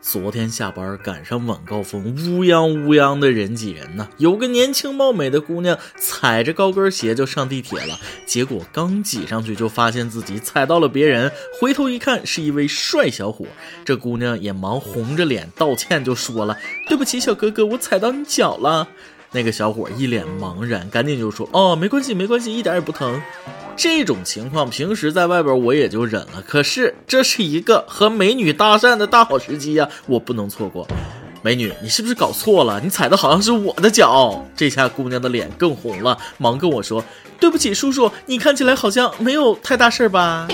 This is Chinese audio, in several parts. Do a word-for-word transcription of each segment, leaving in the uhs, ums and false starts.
昨天下班赶上晚高峰，乌泱乌泱的人挤人呢。有个年轻貌美的姑娘踩着高跟鞋就上地铁了，结果刚挤上去就发现自己踩到了别人，回头一看是一位帅小伙。这姑娘也忙红着脸道歉，就说了：“对不起，小哥哥，我踩到你脚了。”那个小伙一脸茫然，赶紧就说：“哦，没关系，没关系，一点也不疼。”这种情况平时在外边我也就忍了，可是这是一个和美女搭讪的大好时机呀、啊，我不能错过。美女，你是不是搞错了？你踩的好像是我的脚。这下姑娘的脸更红了，忙跟我说：“对不起，叔叔，你看起来好像没有太大事吧？”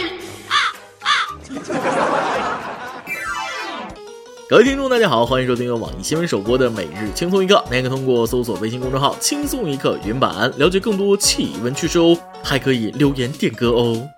各位听众大家好，欢迎收听由网易新闻首播的每日轻松一刻，您可以通过搜索微信公众号轻松一刻云版了解更多气温趣事哦，还可以留言点歌哦。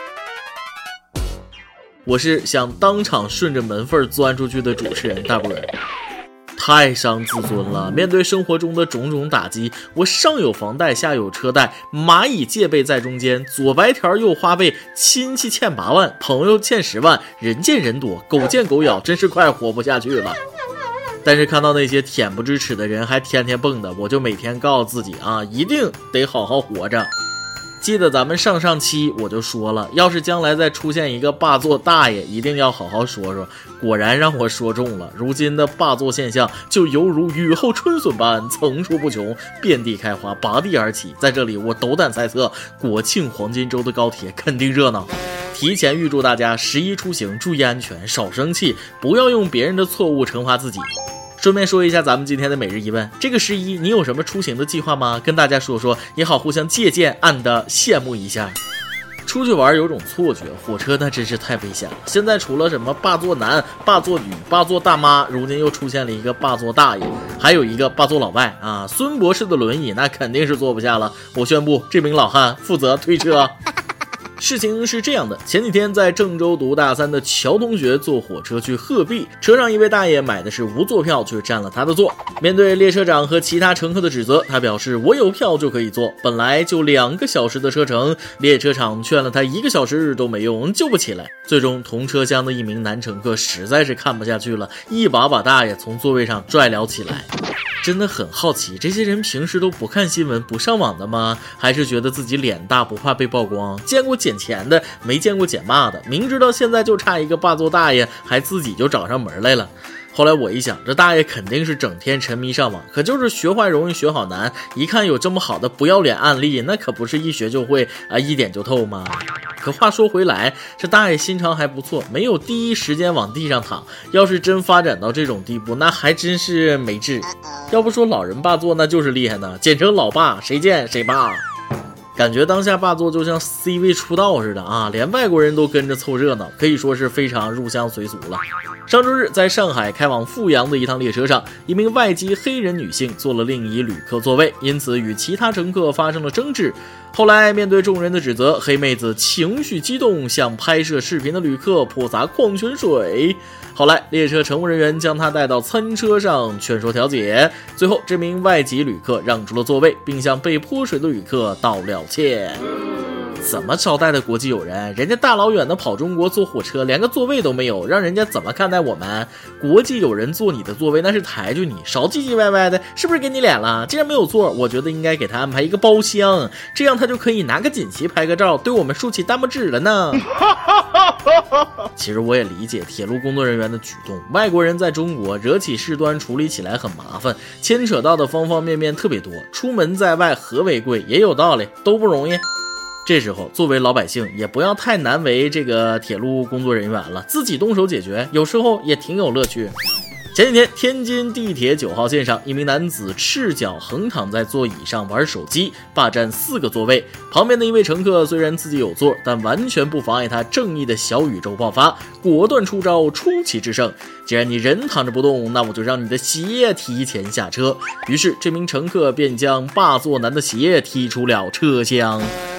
我是想当场顺着门缝钻出去的主持人大波儿。太伤自尊了，面对生活中的种种打击，我上有房贷下有车贷，蚂蚁借呗在中间，左白条右花呗，亲戚欠八万，朋友欠十万，人见人躲，狗见狗咬，真是快活不下去了。但是看到那些恬不知耻的人还天天蹦的，我就每天告诉自己啊，一定得好好活着。记得咱们上上期我就说了，要是将来再出现一个霸座大爷，一定要好好说说。果然让我说中了，如今的霸座现象就犹如雨后春笋般层出不穷，遍地开花，拔地而起。在这里我斗胆猜测，国庆黄金周的高铁肯定热闹。提前预祝大家十一出行注意安全，少生气，不要用别人的错误惩罚自己。顺便说一下咱们今天的每日一问，这个十一你有什么出行的计划吗？跟大家说说，也好互相借鉴，暗的羡慕一下。出去玩有种错觉，火车那真是太危险了。现在除了什么霸座男、霸座女、霸座大妈，如今又出现了一个霸座大爷，还有一个霸座老外啊！孙博士的轮椅那肯定是坐不下了。我宣布，这名老汉负责推车。事情是这样的，前几天在郑州读大三的乔同学坐火车去鹤壁，车上一位大爷买的是无座票，却占了他的座。面对列车长和其他乘客的指责，他表示我有票就可以坐，本来就两个小时的车程，列车长劝了他一个小时都没用，救不起来。最终同车厢的一名男乘客实在是看不下去了，一把把大爷从座位上拽了起来。真的很好奇，这些人平时都不看新闻不上网的吗？还是觉得自己脸大不怕被曝光？见过捡钱的，没见过捡骂的，明知道现在就差一个霸座大爷，还自己就找上门来了。后来我一想，这大爷肯定是整天沉迷上网，可就是学坏容易学好难，一看有这么好的不要脸案例，那可不是一学就会啊，一点就透吗？可话说回来，这大爷心肠还不错，没有第一时间往地上躺，要是真发展到这种地步，那还真是没治。要不说老人霸座那就是厉害呢，简称老霸，谁见谁霸。感觉当下霸座就像 C 位出道似的啊，连外国人都跟着凑热闹，可以说是非常入乡随俗了。上周日，在上海开往阜阳的一趟列车上，一名外籍黑人女性坐了另一旅客座位，因此与其他乘客发生了争执。后来面对众人的指责，黑妹子情绪激动，向拍摄视频的旅客泼洒矿泉水。后来列车乘务人员将她带到餐车上劝说调解，最后这名外籍旅客让出了座位，并向被泼水的旅客道了歉。怎么招待的国际友人？人家大老远的跑中国坐火车，连个座位都没有，让人家怎么看待我们？国际友人坐你的座位那是抬举你，少唧唧歪歪的，是不是给你脸了？既然没有座，我觉得应该给他安排一个包厢，这样他就可以拿个锦旗拍个照，对我们竖起大拇指了呢。其实我也理解铁路工作人员的举动，外国人在中国惹起事端处理起来很麻烦，牵扯到的方方面面特别多，出门在外和为贵，也有道理，都不容易。这时候作为老百姓也不要太难为这个铁路工作人员了，自己动手解决，有时候也挺有乐趣。前几天天津地铁九号线上，一名男子赤脚横躺在座椅上玩手机，霸占四个座位，旁边的一位乘客虽然自己有座，但完全不妨碍他正义的小宇宙爆发，果断出招，出奇制胜。既然你人躺着不动，那我就让你的鞋提前下车。于是这名乘客便将霸座男的鞋踢出了车厢。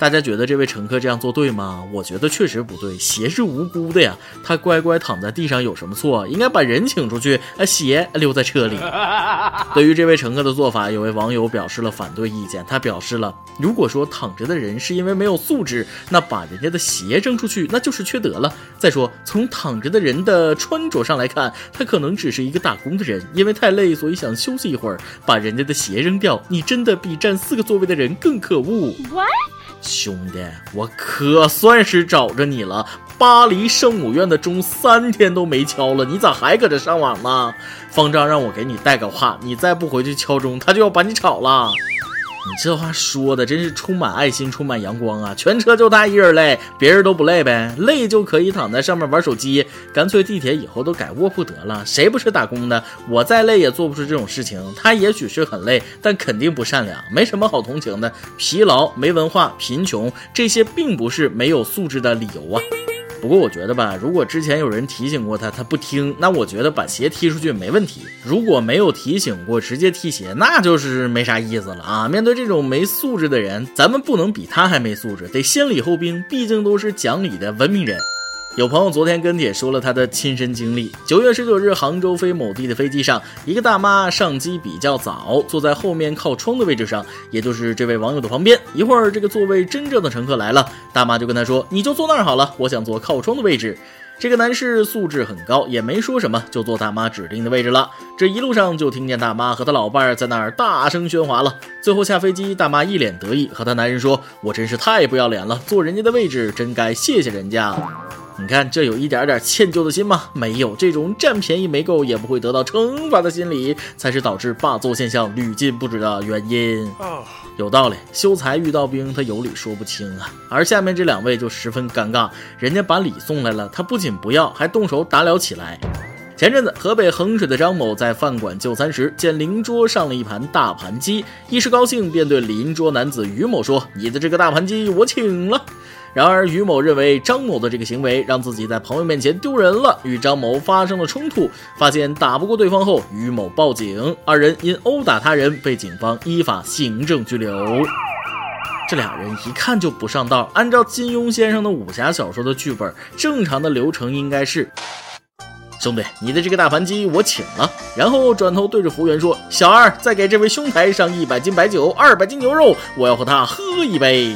大家觉得这位乘客这样做对吗？我觉得确实不对，鞋是无辜的呀，他乖乖躺在地上有什么错？应该把人请出去，鞋留在车里。对于这位乘客的做法，有位网友表示了反对意见，他表示了，如果说躺着的人是因为没有素质，那把人家的鞋扔出去那就是缺德了。再说从躺着的人的穿着上来看，他可能只是一个打工的人，因为太累所以想休息一会儿，把人家的鞋扔掉，你真的比占四个座位的人更可恶。 What？ 兄弟，我可算是找着你了，巴黎圣母院的钟三天都没敲了，你咋还搁这上网呢？方丈让我给你带个话，你再不回去敲钟，他就要把你炒了。你这话说的真是充满爱心，充满阳光啊！全车就他一人累，别人都不累呗，累就可以躺在上面玩手机，干脆地铁以后都改卧铺得了。谁不是打工的？我再累也做不出这种事情。他也许是很累，但肯定不善良，没什么好同情的。疲劳、没文化、贫穷，这些并不是没有素质的理由啊。不过我觉得吧，如果之前有人提醒过他，他不听，那我觉得把鞋踢出去没问题。如果没有提醒过，直接踢鞋，那就是没啥意思了啊！面对这种没素质的人，咱们不能比他还没素质，得先礼后兵，毕竟都是讲理的文明人。有朋友昨天跟帖说了他的亲身经历。九月十九日，杭州飞某地的飞机上，一个大妈上机比较早，坐在后面靠窗的位置上，也就是这位网友的旁边。一会儿这个座位真正的乘客来了，大妈就跟他说，你就坐那儿好了，我想坐靠窗的位置。这个男士素质很高，也没说什么，就坐大妈指定的位置了。这一路上就听见大妈和他老伴儿在那儿大声喧哗了。最后下飞机，大妈一脸得意，和他男人说，我真是太不要脸了，坐人家的位置真该谢谢人家。你看这有一点点歉疚的心吗？没有，这种占便宜没够也不会得到惩罚的心理，才是导致霸座现象屡禁不止的原因。有道理，修财遇到兵，他有理说不清啊。而下面这两位就十分尴尬，人家把礼送来了，他不仅不要，还动手打了起来。前阵子，河北衡水的张某在饭馆就餐时，见邻桌上了一盘大盘鸡，一时高兴，便对邻桌男子于某说，你的这个大盘鸡我请了。然而于某认为张某的这个行为让自己在朋友面前丢人了，与张某发生了冲突，发现打不过对方后，于某报警，二人因殴打他人被警方依法行政拘留。这俩人一看就不上道，按照金庸先生的武侠小说的剧本，正常的流程应该是，兄弟，你的这个大盘鸡我请了，然后转头对着服务员说，小二再给这位兄台上一百斤白酒，二百斤牛肉，我要和他喝一杯。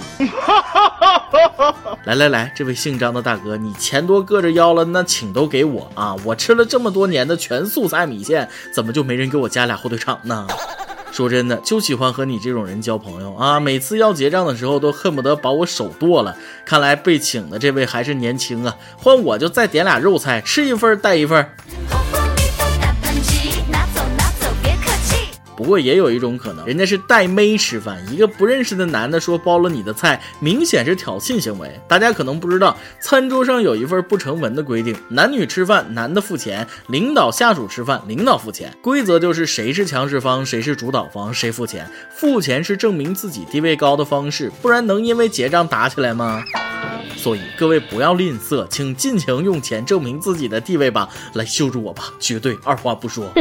来来来，这位姓张的大哥，你钱多硌着腰了，那请都给我啊！我吃了这么多年的全素菜米线，怎么就没人给我加俩火腿肠呢？说真的，就喜欢和你这种人交朋友啊！每次要结账的时候都恨不得把我手剁了。看来被请的这位还是年轻啊，换我就再点俩肉菜，吃一份带一份。不过也有一种可能，人家是带妹吃饭，一个不认识的男的说包了你的菜，明显是挑衅行为。大家可能不知道，餐桌上有一份不成文的规定，男女吃饭男的付钱，领导下属吃饭领导付钱。规则就是谁是强势方谁是主导方谁付钱，付钱是证明自己地位高的方式，不然能因为结账打起来吗？所以各位不要吝啬，请尽情用钱证明自己的地位吧，来羞辱我吧，绝对二话不说。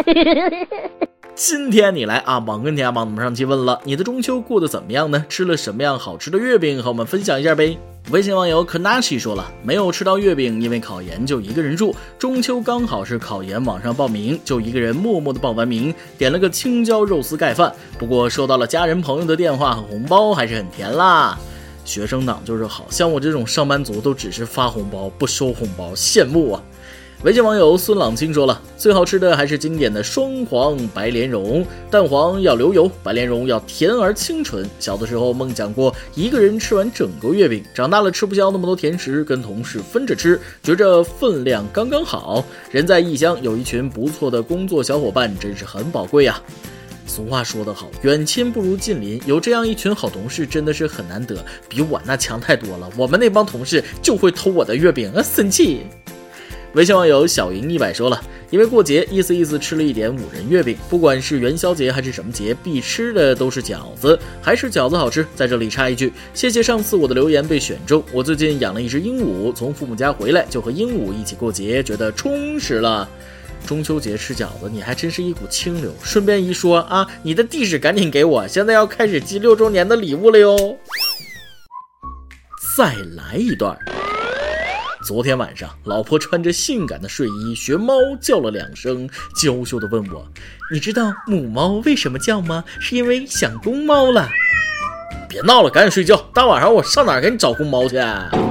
今天你来啊，网跟天帮我们上期问了，你的中秋过得怎么样呢？吃了什么样好吃的月饼和我们分享一下呗。微信网友 Kanashi 说了，没有吃到月饼，因为考研就一个人住，中秋刚好是考研网上报名，就一个人默默的报完名，点了个青椒肉丝盖饭，不过收到了家人朋友的电话和红包，还是很甜啦。学生党就是好，像我这种上班族都只是发红包不收红包，羡慕啊。微信网友孙朗清说了，最好吃的还是经典的双黄白莲蓉，蛋黄要流油，白莲蓉要甜而清纯。小的时候梦想过一个人吃完整个月饼，长大了吃不消那么多甜食，跟同事分着吃，觉着分量刚刚好。人在异乡有一群不错的工作小伙伴，真是很宝贵啊。俗话说得好，远亲不如近邻，有这样一群好同事真的是很难得，比我那强太多了。我们那帮同事就会偷我的月饼，啊，生气。微信网友小莹一百说了，因为过节意思意思吃了一点五仁月饼，不管是元宵节还是什么节，必吃的都是饺子，还是饺子好吃。在这里插一句，谢谢上次我的留言被选中，我最近养了一只鹦鹉，从父母家回来就和鹦鹉一起过节，觉得充实了。中秋节吃饺子，你还真是一股清流。顺便一说啊，你的地址赶紧给我，现在要开始寄六周年的礼物了哟。 再来一段。昨天晚上，老婆穿着性感的睡衣学猫叫了两声，娇羞地问我：你知道母猫为什么叫吗？是因为想公猫了。别闹了，赶紧睡觉，大晚上我上哪儿给你找公猫去？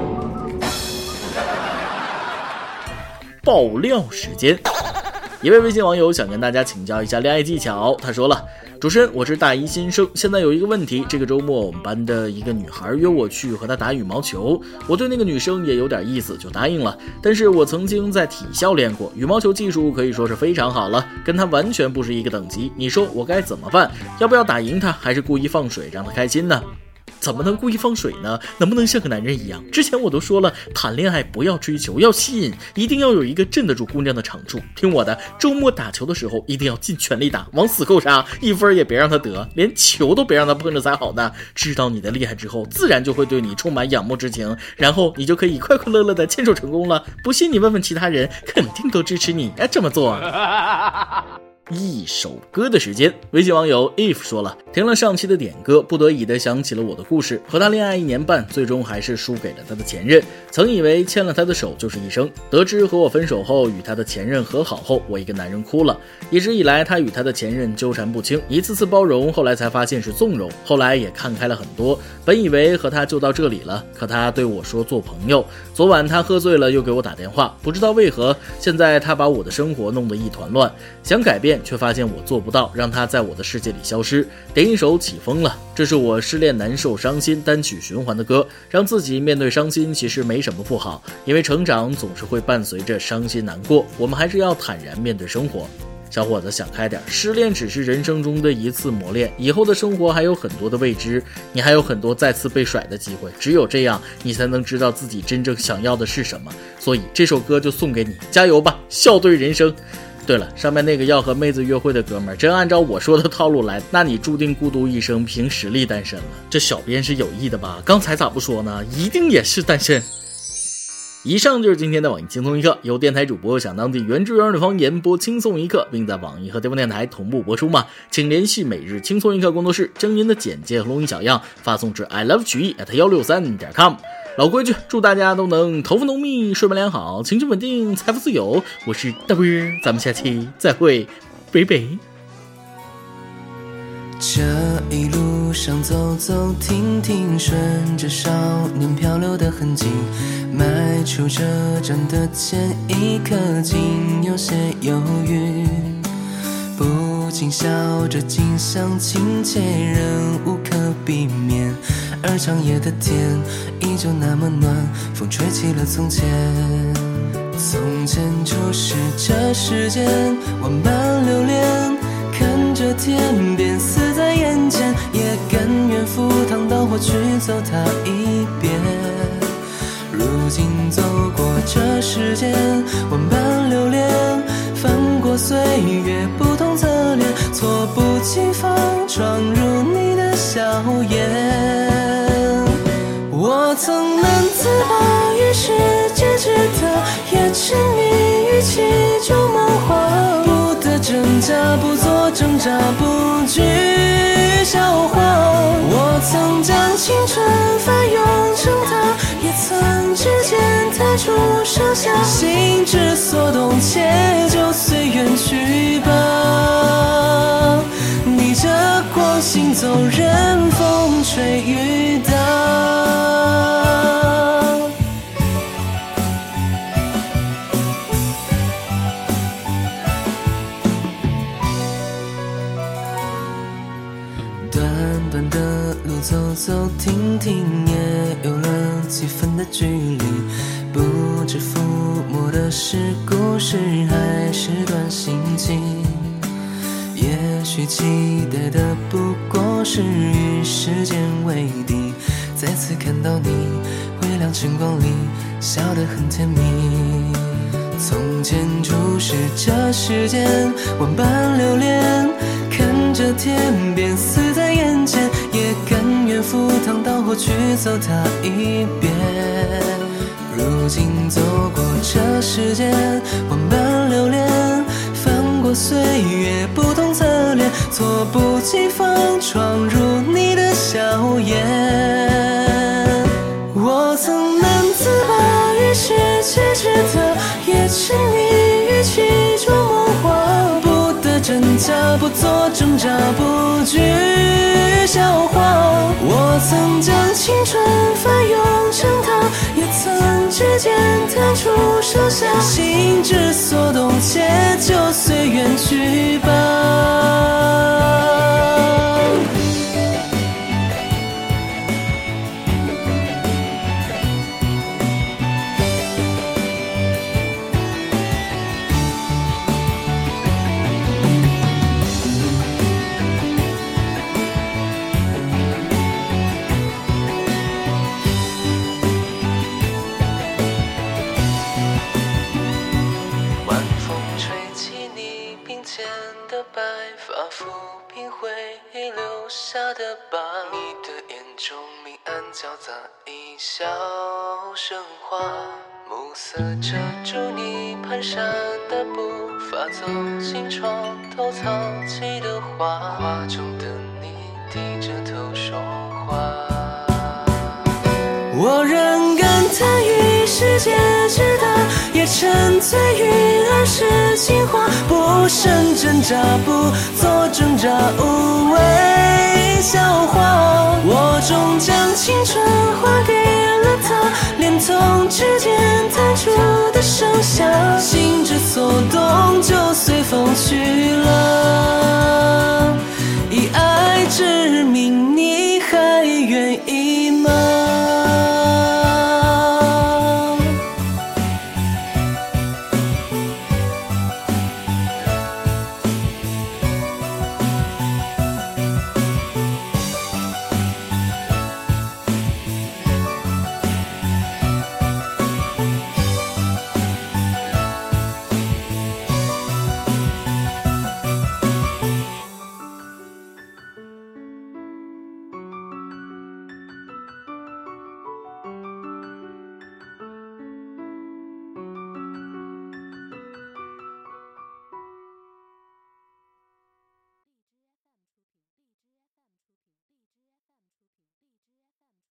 爆料时间，一位微信网友想跟大家请教一下恋爱技巧。他说了：主持人，我是大一新生，现在有一个问题，这个周末我们班的一个女孩约我去和她打羽毛球，我对那个女生也有点意思，就答应了。但是我曾经在体校练过，羽毛球技术可以说是非常好了，跟她完全不是一个等级。你说我该怎么办？要不要打赢她，还是故意放水让她开心呢？怎么能故意放水呢？能不能像个男人一样？之前我都说了，谈恋爱不要追求，要吸引，一定要有一个镇得住姑娘的长处。听我的，周末打球的时候一定要尽全力打，往死扣杀，一分也别让他得，连球都别让他碰着才好呢。知道你的厉害之后，自然就会对你充满仰慕之情，然后你就可以快快乐乐的牵手成功了。不信你问问其他人，肯定都支持你这么做。一首歌的时间，微信网友 if 说了，听了上期的点歌，不得已的想起了我的故事。和他恋爱一年半，最终还是输给了他的前任。曾以为牵了他的手就是一生，得知和我分手后与他的前任和好后，我一个男人哭了。一直以来他与他的前任纠缠不清，一次次包容，后来才发现是纵容，后来也看开了很多。本以为和他就到这里了，可他对我说做朋友。昨晚他喝醉了又给我打电话，不知道为何，现在他把我的生活弄得一团乱，想改变却发现我做不到，让他在我的世界里消失。点一首起风了，这是我失恋难受伤心单曲循环的歌，让自己面对伤心其实没什么不好，因为成长总是会伴随着伤心难过，我们还是要坦然面对生活。小伙子想开点，失恋只是人生中的一次磨练，以后的生活还有很多的未知，你还有很多再次被甩的机会，只有这样你才能知道自己真正想要的是什么。所以这首歌就送给你，加油吧，笑对人生。对了，上面那个要和妹子约会的哥们儿，真按照我说的套路来，那你注定孤独一生，凭实力单身了。这小编是有意的吧？刚才咋不说呢？一定也是单身。以上就是今天的网易轻松一刻，由电台主播想当地原汁原味的方言播轻松一刻，并在网易和地方电台同步播出吗？请联系每日轻松一刻工作室，将您的简介和录音小样发送至 i love 曲艺 at 一六三点 com。老规矩，祝大家都能头发浓密，睡眠良好，情绪稳定，财富自由。我是大波，咱们下期再会，拜拜。 这一路上走走停停，顺着少年漂流的痕迹，迈出这站的前一刻，竟有些犹豫，不禁笑着，景象亲切，人无可避免，而长夜的天依旧那么暖，风吹起了从前。从前就是这世间万般留恋，看着天边死在眼前，也甘愿赴汤蹈火去走它一遍。如今走过这世间万般留恋，翻过岁月不同侧脸，猝不及防闯入你的笑颜。我曾难自拔于世界之大，也沉迷于其中梦话，不得挣扎，不做挣扎，不惧笑话。我曾将青春翻涌成她，也曾指尖弹出盛夏，心之所动，且就随缘去吧。逆着光行走，任风吹雨打。短短的路走走停停，也有了几分的距离，不知抚摸的是故事还是段心情，也许期待的不过是与时间为敌，再次看到你微亮晨光里笑得很甜蜜。从前注视这世间万般留恋，看着天边死在眼前，也甘愿赴汤蹈火去走它一遍。如今走过这世间万般留恋，翻过岁月不同侧脸，猝不及防闯入你的笑颜。我沉溺于其中梦话，不得真假，不做挣扎，不惧笑话。我曾将青春翻涌成她，也曾指尖弹出盛夏，心之所动，且就随缘去吧。白发抚平回忆留下的疤，你的眼中明暗交杂，一笑生花，暮色遮住你蹒跚的步伐，走进床头藏起的花，画中的你低着头说话。我仍感叹于世界之大，也沉醉于儿时情话，不胜挣扎，不做挣扎，无谓笑话。我终将青春还给了他，连同指尖弹出的盛夏，心之所动，